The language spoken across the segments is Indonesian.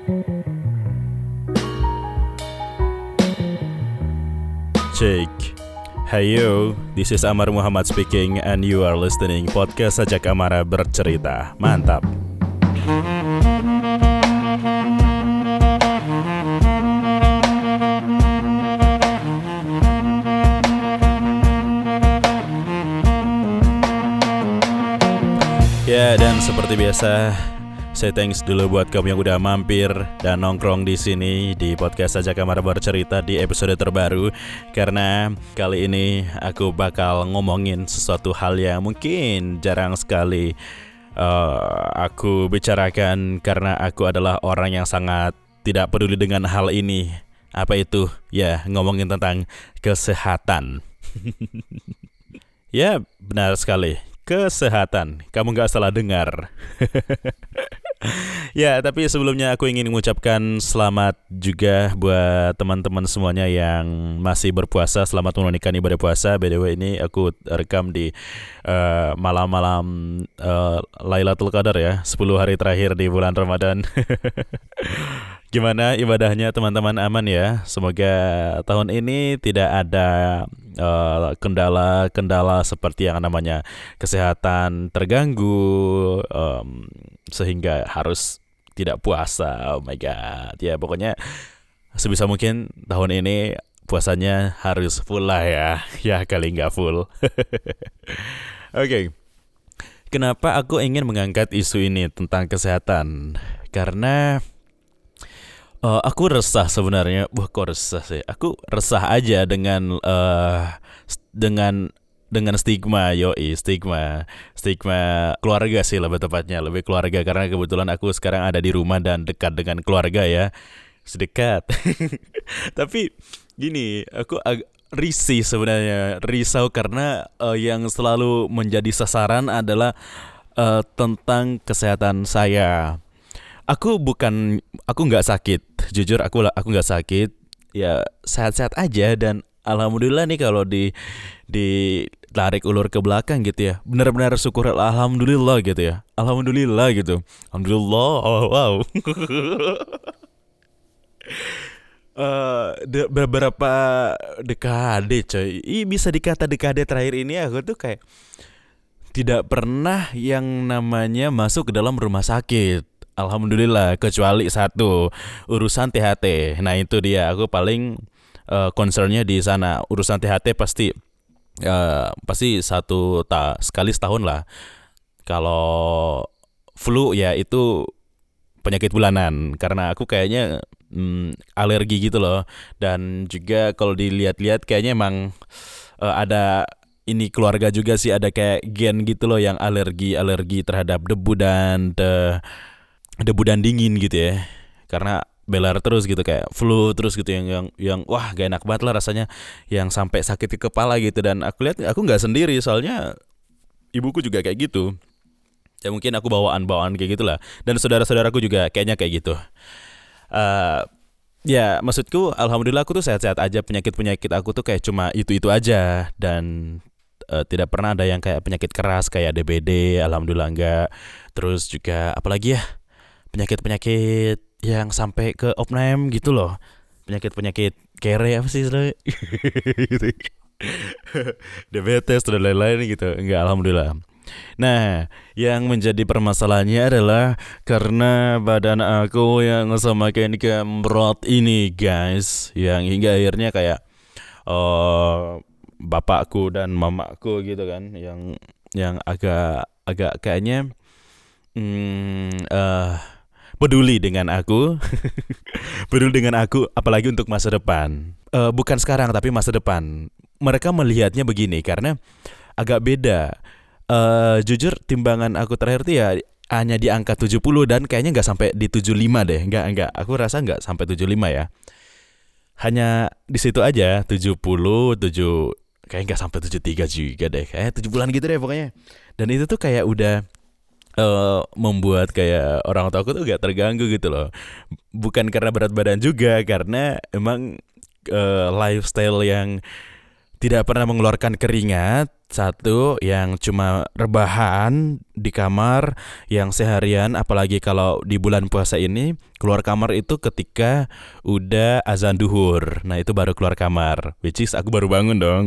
Cek. Hey yo, this is Amar Muhammad speaking and you are listening podcast Sajak Amara bercerita. Mantap. Ya, dan seperti biasa, saya thanks dulu buat kamu yang udah mampir dan nongkrong di sini di podcast Sajak Amara bercerita di episode terbaru. Karena kali ini aku bakal ngomongin sesuatu hal yang mungkin jarang sekali aku bicarakan, karena aku adalah orang yang sangat tidak peduli dengan hal ini. Apa itu? Ya, ngomongin tentang kesehatan. Ya, benar sekali. Kesehatan, kamu gak salah dengar. Ya, tapi sebelumnya aku ingin mengucapkan selamat juga buat teman-teman semuanya yang masih berpuasa. Selamat menunaikan ibadah puasa. By the way, ini aku rekam di malam-malam Lailatul Qadar ya, 10 hari terakhir di bulan Ramadan. Gimana ibadahnya teman-teman, aman ya? Semoga tahun ini tidak ada kendala-kendala seperti yang namanya kesehatan terganggu, sehingga harus tidak puasa. Oh my god. Ya pokoknya sebisa mungkin tahun ini puasanya harus full lah ya. Ya kali nggak full. Oke. Kenapa aku ingin mengangkat isu ini tentang kesehatan? Karena aku resah sebenarnya. Kok resah sih? Aku resah aja dengan stigma keluarga sih, lebih tepatnya lebih keluarga, karena kebetulan aku sekarang ada di rumah dan dekat dengan keluarga ya, sedekat. Tapi gini, aku agak risih sebenarnya, risau karena yang selalu menjadi sasaran adalah tentang kesehatan saya. Aku nggak sakit, jujur aku nggak sakit, ya sehat-sehat aja, dan alhamdulillah nih kalau ditarik ulur ke belakang gitu ya, benar-benar syukur, alhamdulillah gitu ya, alhamdulillah gitu, alhamdulillah, oh, wow. Beberapa dekade coy, bisa dikata dekade terakhir ini aku tuh kayak tidak pernah yang namanya masuk ke dalam rumah sakit. Alhamdulillah, kecuali satu, urusan THT. Nah itu dia, aku paling concernnya di sana. Urusan THT pasti sekali setahun lah. Kalau flu ya itu penyakit bulanan, karena aku kayaknya alergi gitu loh. Dan juga kalau dilihat-lihat kayaknya emang ada ini keluarga juga sih, ada kayak gen gitu loh yang alergi terhadap debu dan dingin gitu ya, karena beler terus gitu, kayak flu terus gitu, yang wah gak enak banget lah rasanya, yang sampai sakit ke kepala gitu. Dan aku lihat aku nggak sendiri, soalnya ibuku juga kayak gitu ya, mungkin aku bawaan kayak gitulah, dan saudara-saudaraku juga kayaknya kayak gitu. Ya maksudku alhamdulillah aku tuh sehat-sehat aja, penyakit aku tuh kayak cuma itu aja, dan tidak pernah ada yang kayak penyakit keras kayak DBD, alhamdulillah enggak. Terus juga apalagi ya, penyakit yang sampai ke opname gitu loh, penyakit kere apa sih gitu. Diabetes dan lain-lain gitu, enggak, alhamdulillah. Nah, yang menjadi permasalahannya adalah karena badan aku yang semakin kemrot ini guys, yang hingga akhirnya kayak bapakku dan mamaku gitu kan, yang agak kayaknya peduli dengan aku, apalagi untuk masa depan. Bukan sekarang tapi masa depan. Mereka melihatnya begini karena agak beda. Jujur timbangan aku terakhir tuh ya hanya di angka 70, dan kayaknya nggak sampai di 75 deh. Nggak. Aku rasa nggak sampai 75 ya. Hanya di situ aja, 70, kayak nggak sampai 73 juga deh. Kayak 70-an gitu deh pokoknya. Dan itu tuh kayak udah membuat kayak orang tua aku tuh gak terganggu gitu loh. Bukan karena berat badan juga, karena emang lifestyle yang tidak pernah mengeluarkan keringat, satu yang cuma rebahan di kamar yang seharian, apalagi kalau di bulan puasa ini keluar kamar itu ketika udah azan duhur. Nah itu baru keluar kamar, which is aku baru bangun dong.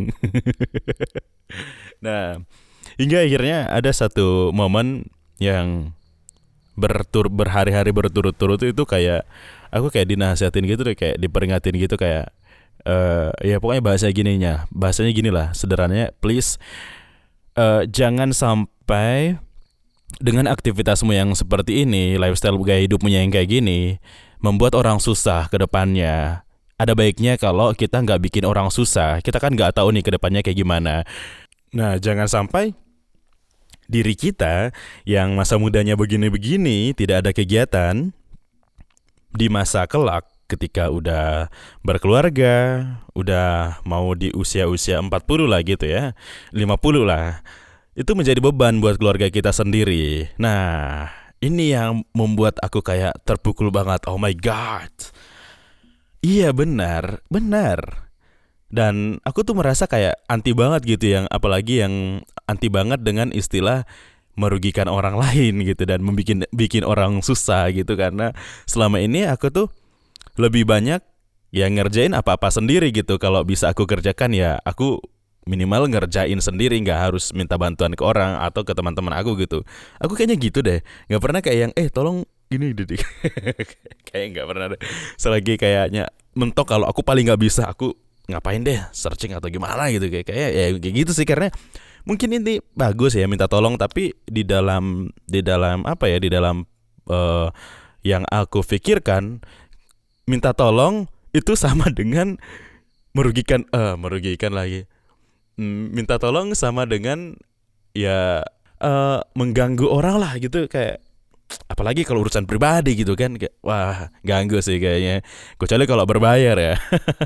Nah hingga akhirnya ada satu momen yang berhari-hari berturut-turut itu kayak aku kayak dinasihatin gitu deh, kayak diperingatin gitu, kayak ya pokoknya bahasanya gini lah sederhananya, please jangan sampai dengan aktivitasmu yang seperti ini, lifestyle gaya hidupmu yang kayak gini, membuat orang susah ke depannya. Ada baiknya kalau kita nggak bikin orang susah, kita kan nggak tahu nih ke depannya kayak gimana. Nah jangan sampai diri kita yang masa mudanya begini-begini tidak ada kegiatan, di masa kelak ketika udah berkeluarga, udah mau di usia-usia 40 lah gitu ya, 50 lah, itu menjadi beban buat keluarga kita sendiri. Nah ini yang membuat aku kayak terpukul banget. Oh my god, iya benar, benar. Dan aku tuh merasa kayak anti banget gitu, yang apalagi yang anti banget dengan istilah merugikan orang lain gitu dan bikin orang susah gitu, karena selama ini aku tuh lebih banyak ya ngerjain apa-apa sendiri gitu. Kalau bisa aku kerjakan ya aku minimal ngerjain sendiri, nggak harus minta bantuan ke orang atau ke teman-teman aku gitu. Aku kayaknya gitu deh, nggak pernah kayak yang tolong gini deh. Kayak nggak pernah deh. Selagi kayaknya mentok kalau aku paling nggak bisa, aku ngapain deh searching atau gimana gitu, kayak ya kayak gitu sih. Karena mungkin ini bagus ya minta tolong, tapi di dalam apa ya, di dalam yang aku pikirkan, minta tolong itu sama dengan merugikan lagi. Minta tolong sama dengan ya mengganggu orang lah gitu, kayak apalagi kalau urusan pribadi gitu kan, kayak wah ganggu sih kayaknya, kecuali kalau berbayar ya.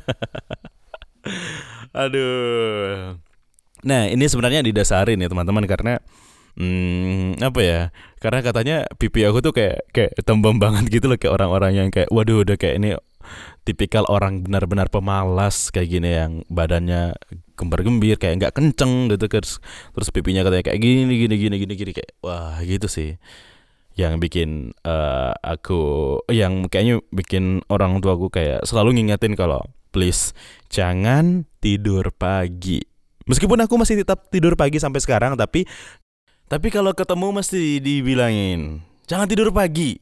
Aduh. Nah ini sebenarnya didasarin ya teman-teman, karena apa ya, karena katanya pipi aku tuh kayak tembem banget gitu loh, kayak orang-orang yang kayak waduh udah kayak ini tipikal orang benar-benar pemalas kayak gini, yang badannya gembar-gembir kayak nggak kenceng gitu, terus pipinya katanya kayak gini, kayak wah gitu sih, yang bikin aku, yang kayaknya bikin orang tua aku kayak selalu ngingetin kalau please jangan tidur pagi. Meskipun aku masih tetap tidur pagi sampai sekarang, tapi kalau ketemu mesti dibilangin jangan tidur pagi.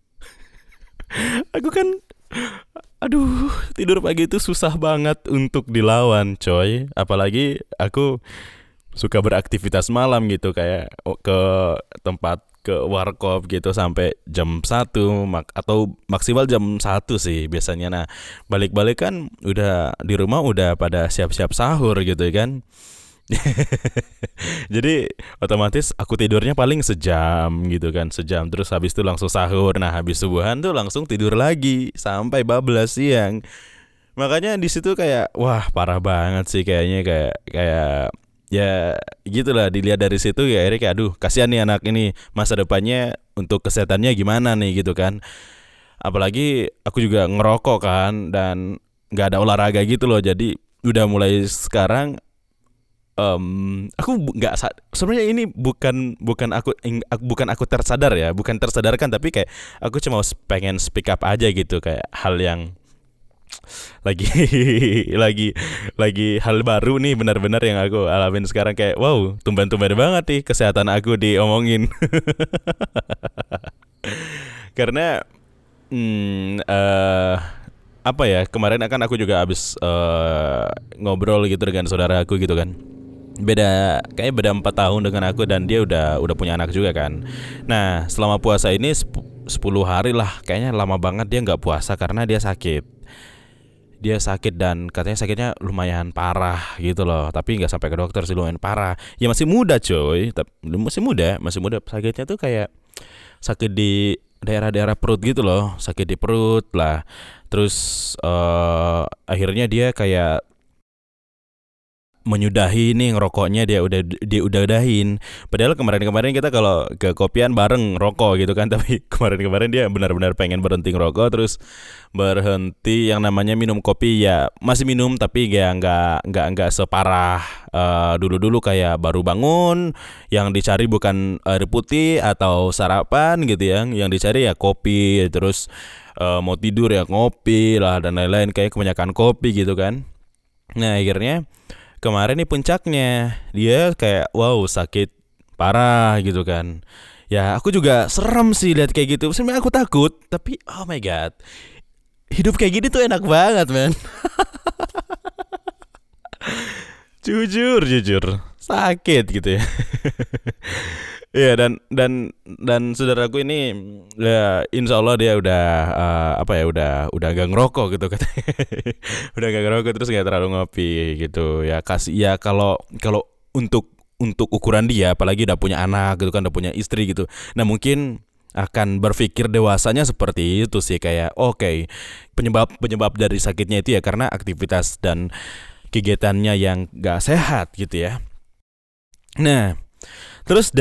Aku kan tidur pagi itu susah banget untuk dilawan, coy. Apalagi aku suka beraktivitas malam gitu, kayak ke tempat, ke warkop gitu sampai jam 1 atau maksimal jam 1 sih biasanya. Nah balik-balik kan udah di rumah udah pada siap-siap sahur gitu kan. Jadi otomatis aku tidurnya paling sejam gitu kan, sejam, terus habis itu langsung sahur. Nah habis subuhan tuh langsung tidur lagi sampai bablas siang. Makanya di situ kayak wah parah banget sih kayaknya, kayak ya gitulah, dilihat dari situ ya akhirnya kayak aduh kasihan nih anak ini, masa depannya untuk kesehatannya gimana nih gitu kan. Apalagi aku juga ngerokok kan, dan nggak ada olahraga gitu loh. Jadi udah mulai sekarang aku nggak sebenarnya ini bukan aku tersadar ya, bukan tersadarkan, tapi kayak aku cuma pengen speak up aja gitu, kayak hal yang lagi lagi lagi hal baru nih benar-benar yang aku alamin sekarang, kayak wow tumben-tumben banget nih kesehatan aku diomongin. Karena apa ya, kemarin kan aku juga habis ngobrol gitu dengan saudara aku gitu kan, kayaknya beda 4 tahun dengan aku, dan dia udah punya anak juga kan. Nah selama puasa ini 10 hari lah, kayaknya lama banget dia nggak puasa karena dia sakit dan katanya sakitnya lumayan parah gitu loh, tapi nggak sampai ke dokter sih, lumayan parah. Ya masih muda coy, masih muda sakitnya tuh kayak sakit di daerah-daerah perut gitu loh, sakit di perut lah. Terus akhirnya dia kayak menyudahi nih ngerokoknya, dia udah udahin. Padahal kemarin-kemarin kita kalau ke kopian bareng rokok gitu kan, tapi kemarin-kemarin dia benar-benar pengen berhenti ngerokok, terus berhenti yang namanya minum kopi ya masih minum, tapi ya nggak separah dulu-dulu kayak baru bangun yang dicari bukan air putih atau sarapan gitu ya, yang dicari ya kopi, terus mau tidur ya ngopi lah dan lain-lain, kayak kebanyakan kopi gitu kan. Nah akhirnya kemarin nih puncaknya, dia kayak wow sakit parah gitu kan. Ya aku juga serem sih lihat kayak gitu. Sebenarnya aku takut, tapi oh my god, hidup kayak gini tuh enak banget men. Jujur sakit gitu ya. Iya, dan saudaraku ini ya insya Allah dia udah apa ya, udah gak ngerokok gitu katanya. Udah gak ngerokok, terus gak terlalu ngopi gitu ya. Kasih ya, kalau kalau untuk ukuran dia, apalagi udah punya anak gitu kan, udah punya istri gitu, nah mungkin akan berpikir dewasanya seperti itu sih, kayak oke, penyebab penyebab dari sakitnya itu ya karena aktivitas dan kegiatannya yang gak sehat gitu ya. Nah, terus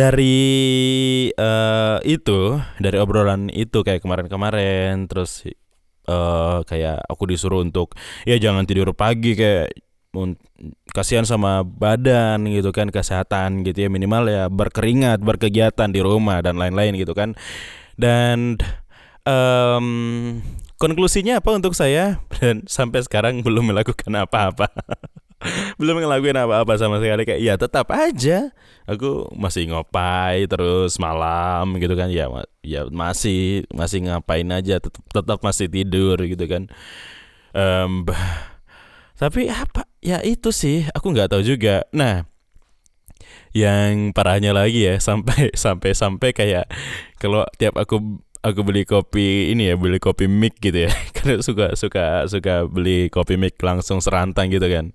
dari obrolan itu kayak kemarin-kemarin, terus kayak aku disuruh untuk ya jangan tidur pagi, kayak kasihan sama badan gitu kan, kesehatan gitu ya, minimal ya berkeringat, berkegiatan di rumah dan lain-lain gitu kan. Dan em, konklusinya apa untuk saya, dan sampai sekarang belum melakukan apa-apa. Belum ngelakuin apa-apa sama sekali, kayak ya tetap aja aku masih ngopai terus malam gitu kan, ya ya masih masih ngapain aja, tetap masih tidur gitu kan. Em, tapi apa ya, itu sih aku nggak tahu juga. Nah yang parahnya lagi ya, sampai kayak kalau tiap aku beli kopi ini ya, beli kopi mix gitu ya. Karena suka beli kopi mix langsung serantang gitu kan.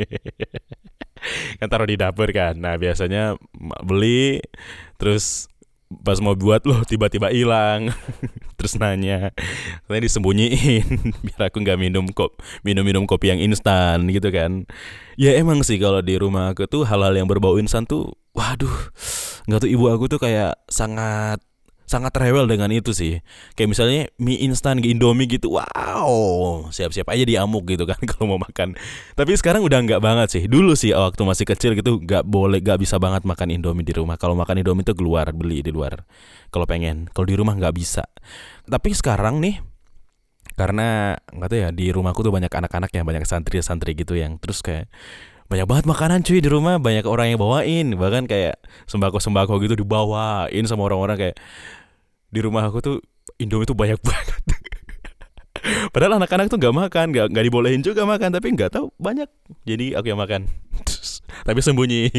Kan taruh di dapur kan. Nah biasanya beli, terus pas mau buat loh tiba-tiba hilang. Terus nanya, katanya disembunyiin biar aku nggak minum kopi yang instan gitu kan. Ya emang sih kalau di rumah aku tuh hal-hal yang berbau instan tuh, waduh, nggak tuh, ibu aku tuh kayak sangat sangat rewel dengan itu sih. Kayak misalnya mie instan, Indomie gitu, wow, siap-siap aja diamuk gitu kan kalau mau makan. Tapi sekarang udah nggak banget sih. Dulu sih waktu masih kecil gitu nggak bisa banget makan Indomie di rumah. Kalau makan Indomie tuh keluar beli di luar. Kalau pengen, kalau di rumah nggak bisa. Tapi sekarang nih, karena nggak tahu ya, di rumahku tuh banyak anak-anak yang banyak santri-santri gitu, yang terus kayak banyak banget makanan cuy di rumah, banyak orang yang bawain, bahkan kayak sembako-sembako gitu dibawain sama orang-orang. Kayak di rumah aku tuh Indomie tuh banyak banget. Padahal anak-anak tuh nggak makan, nggak dibolehin juga makan, tapi nggak tahu banyak. Jadi aku yang makan, tapi sembunyi.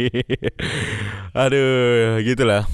Aduh, gitulah,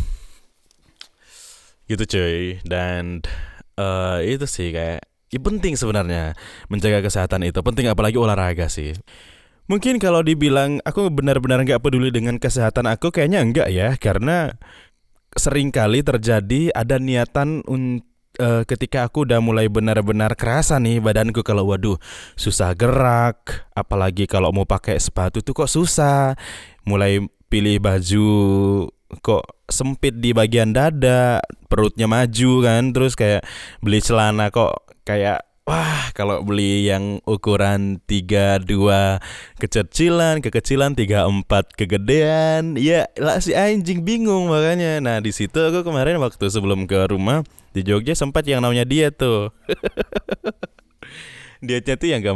gitu cuy. Dan itu sih kayak ya penting sebenarnya, menjaga kesehatan itu penting, apalagi olahraga sih. Mungkin kalau dibilang aku benar-benar nggak peduli dengan kesehatan aku, kayaknya enggak ya, karena sering kali terjadi ada niatan ketika aku udah mulai benar-benar kerasa nih badanku, kalau waduh susah gerak, apalagi kalau mau pakai sepatu tuh kok susah, mulai pilih baju kok sempit di bagian dada, perutnya maju kan, terus kayak beli celana kok kayak wah, kalau beli yang ukuran 32 kekecilan 34 kegedean, ya lah si anjing bingung makanya. Nah di situ aku kemarin waktu sebelum ke rumah di Jogja sempat yang namanya diet tuh. Dietnya tuh yang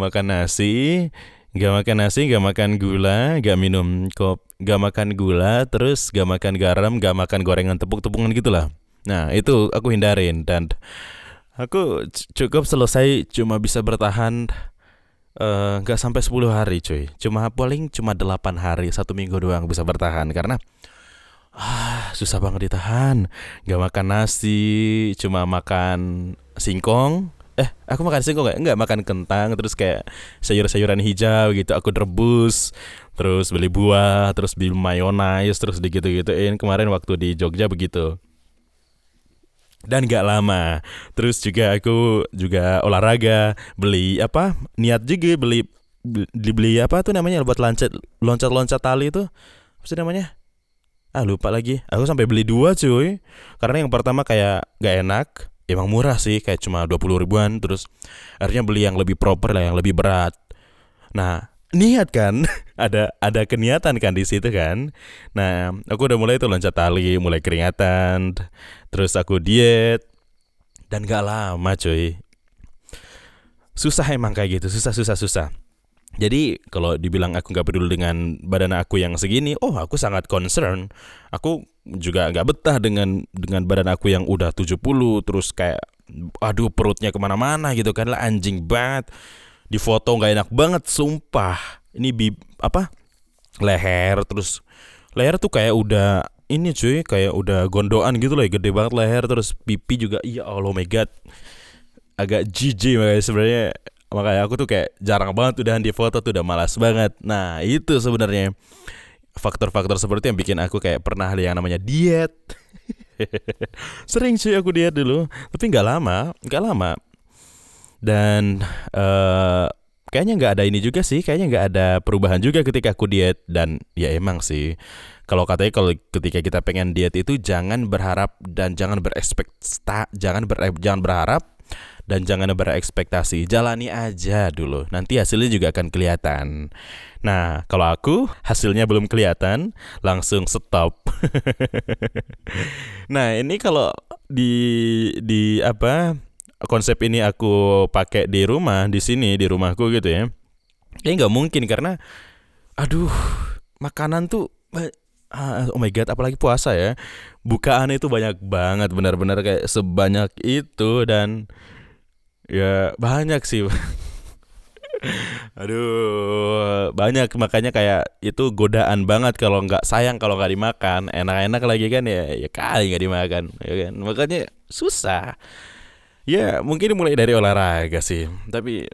gak makan gula, gak minum gak makan gula, terus gak makan garam, gak makan gorengan tepung-tepungan gitulah. Nah itu aku hindarin, dan aku cukup selesai cuma bisa bertahan gak sampai 10 hari cuy. Cuma 8 hari, 1 minggu doang bisa bertahan, karena susah banget ditahan. Gak makan nasi, cuma makan singkong. Aku makan singkong enggak makan kentang, terus kayak sayur-sayuran hijau gitu aku rebus, terus beli buah, terus beli mayonnaise, terus digitu-gituin. Kemarin waktu di Jogja begitu. Dan gak lama, terus juga aku juga olahraga, beli apa, niat juga beli dibeli apa tuh namanya buat loncat tali itu apa sih namanya? Lupa lagi. Aku sampai beli dua cuy. Karena yang pertama kayak gak enak. Emang murah sih, kayak cuma 20 ribuan. Terus akhirnya beli yang lebih proper lah, yang lebih berat. Nah, niat kan, ada keniatan kan di situ kan. Nah, aku udah mulai tuh loncat tali, mulai keringatan. Terus aku diet dan gak lama cuy. Susah emang kayak gitu, susah. Jadi kalau dibilang aku gak peduli dengan badan aku yang segini, aku sangat concern. Aku juga gak betah dengan badan aku yang udah 70, terus kayak aduh perutnya kemana-mana gitu kan lah, anjing banget. Di foto gak enak banget, sumpah. Ini leher, terus leher tuh kayak udah ini cuy, kayak udah gondoan gitu loh, gede banget leher. Terus pipi juga, ya Allah, oh my god, agak jijik makanya aku tuh kayak jarang banget udahan di foto tuh, udah malas banget. Nah itu sebenarnya faktor-faktor seperti yang bikin aku kayak pernah ada yang namanya diet. Sering sih aku diet dulu, tapi nggak lama. Dan kayaknya nggak ada ini juga sih, kayaknya nggak ada perubahan juga ketika aku diet. Dan ya emang sih, kalau katanya kalau ketika kita pengen diet itu jangan berharap dan jangan berharap dan jangan berekspektasi, jalani aja dulu, nanti hasilnya juga akan kelihatan. Nah, kalau aku hasilnya belum kelihatan, langsung stop. Nah, ini kalau di apa konsep ini aku pakai di rumah, di sini di rumahku gitu ya. Ya nggak mungkin karena aduh, makanan tuh oh my god, apalagi puasa ya. Bukaan itu banyak banget, benar-benar kayak sebanyak itu. Dan ya banyak sih. Aduh, banyak, makanya kayak itu godaan banget kalau kalau nggak dimakan. Enak-enak lagi kan, ya kali nggak dimakan, ya kan. Makanya susah. Ya mungkin mulai dari olahraga sih. Tapi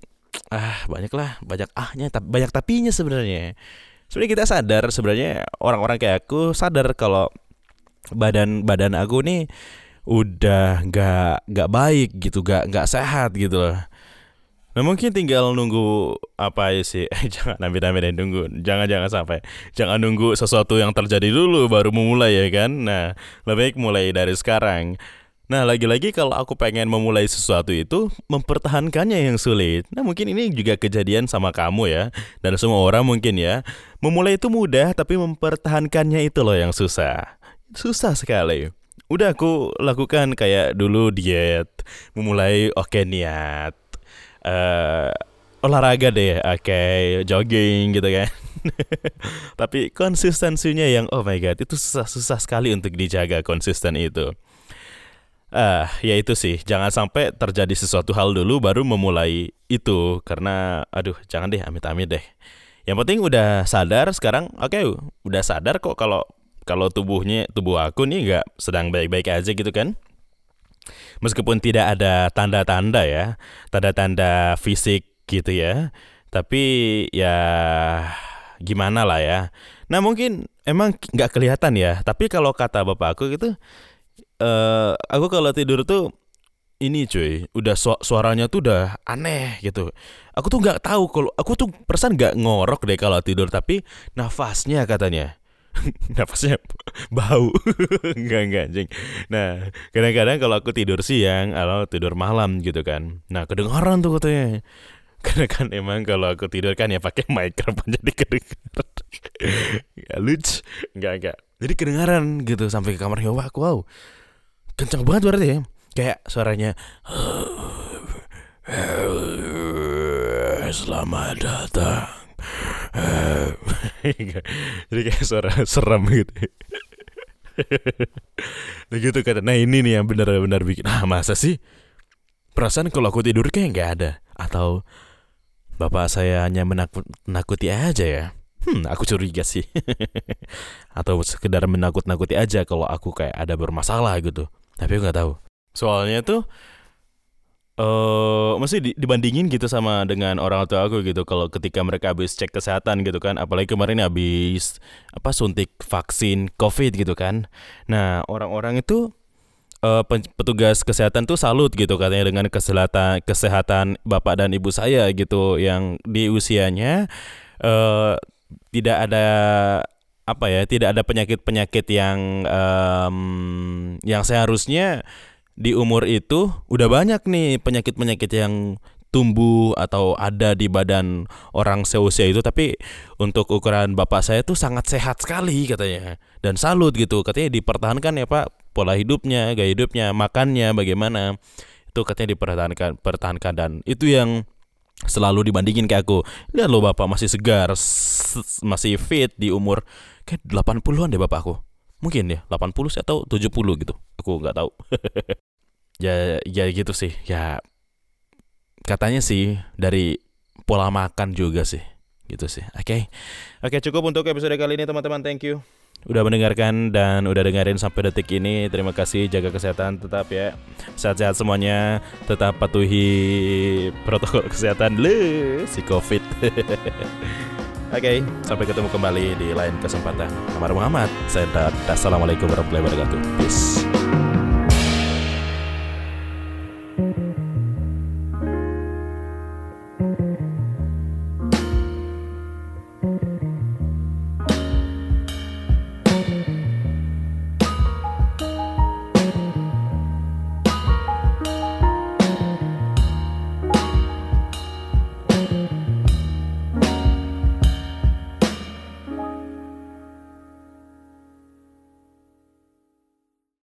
banyak tapinya sebenarnya. Sebenarnya kita sadar, sebenarnya orang-orang kayak aku sadar kalau badan aku nih udah nggak baik gitu, nggak sehat gitu loh. Nah mungkin tinggal nunggu apa ya sih. Jangan ambil-ambil nunggu, jangan sampai, jangan nunggu sesuatu yang terjadi dulu baru memulai ya kan. Nah lebih baik mulai dari sekarang. Nah lagi-lagi kalau aku pengen memulai sesuatu itu, mempertahankannya yang sulit. Nah mungkin ini juga kejadian sama kamu ya, dan semua orang mungkin ya. Memulai itu mudah, tapi mempertahankannya itu loh yang susah. Susah sekali. Udah aku lakukan kayak dulu diet, memulai niat, eh olahraga deh, jogging gitu kan. Tapi konsistensinya yang oh my god, itu susah sekali untuk dijaga konsisten itu. Ya itu sih, jangan sampai terjadi sesuatu hal dulu baru memulai itu, karena aduh jangan deh, amit-amit deh. Yang penting udah sadar sekarang, udah sadar kok kalau kalau tubuh aku nih nggak sedang baik-baik aja gitu kan. Meskipun tidak ada tanda-tanda ya, tanda-tanda fisik gitu ya, tapi ya gimana lah ya. Nah mungkin emang nggak kelihatan ya, tapi kalau kata bapak aku gitu, aku kalau tidur tuh ini cuy, udah suaranya tuh udah aneh gitu. Aku tuh nggak tahu, kalau aku tuh perasaan nggak ngorok deh kalau tidur, tapi nafasnya katanya nafasnya bau. Enggak anjing. Nah kadang-kadang kalau aku tidur siang atau tidur malam gitu kan, nah kedengaran tuh katanya. Karena kan emang kalau aku tidur kan ya pakai mikrofon, jadi kedengaran. Ya lucu. Enggak, jadi kedengaran gitu sampai ke kamarnya. Wow, kencang banget berarti ya, kayak suaranya selamat datang. Jadi kayak suara seram gitu. Nah gitu kata. Nah ini nih yang benar-benar bikin, masa sih, perasaan kalau aku tidur kayak nggak ada, atau bapak saya hanya menakuti aja ya. Aku curiga sih. Atau sekedar menakut-nakuti aja kalau aku kayak ada bermasalah gitu. Tapi aku nggak tahu. Soalnya tuh masih dibandingin gitu sama dengan orang tua aku gitu, kalau ketika mereka habis cek kesehatan gitu kan, apalagi kemarin habis suntik vaksin COVID gitu kan. Nah orang-orang itu petugas kesehatan tuh salut gitu katanya dengan kesehatan bapak dan ibu saya gitu yang di usianya eh, tidak ada tidak ada penyakit-penyakit yang seharusnya di umur itu udah banyak nih penyakit-penyakit yang tumbuh atau ada di badan orang seusia itu, tapi untuk ukuran bapak saya tuh sangat sehat sekali katanya, dan salut gitu katanya dipertahankan ya Pak, pola hidupnya, gaya hidupnya, makannya bagaimana itu katanya pertahankan, dan itu yang selalu dibandingin ke aku. Lihat lo bapak masih segar, masih fit di umur kayak 80-an deh bapak aku. Mungkin ya 80 atau 70 gitu. Aku nggak tahu. Ya gitu sih. Ya katanya sih dari pola makan juga sih. Gitu sih. Oke, cukup untuk episode kali ini teman-teman. Thank you udah mendengarkan dan udah dengerin sampai detik ini. Terima kasih, jaga kesehatan tetap ya. Sehat-sehat semuanya. Tetap patuhi protokol kesehatan si COVID. Oke, sampai ketemu kembali di lain kesempatan. Amar Muhammad. Saya Assalamualaikum warahmatullahi wabarakatuh. Peace.